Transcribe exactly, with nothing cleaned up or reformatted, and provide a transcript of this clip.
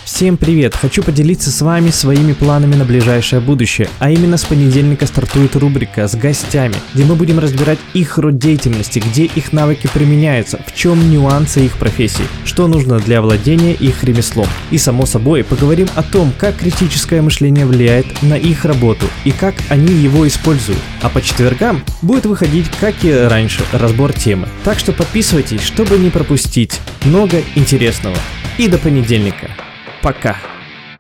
Всем привет! Хочу поделиться с вами своими планами на ближайшее будущее, а именно с понедельника стартует рубрика с гостями, где мы будем разбирать их род деятельности, где их навыки применяются, в чем нюансы их профессии, что нужно для владения их ремеслом. И само собой поговорим о том, как критическое мышление влияет на их работу и как они его используют. А по четвергам будет выходить, как и раньше, разбор темы. Так что подписывайтесь, чтобы не пропустить много интересного. И до понедельника. Пока.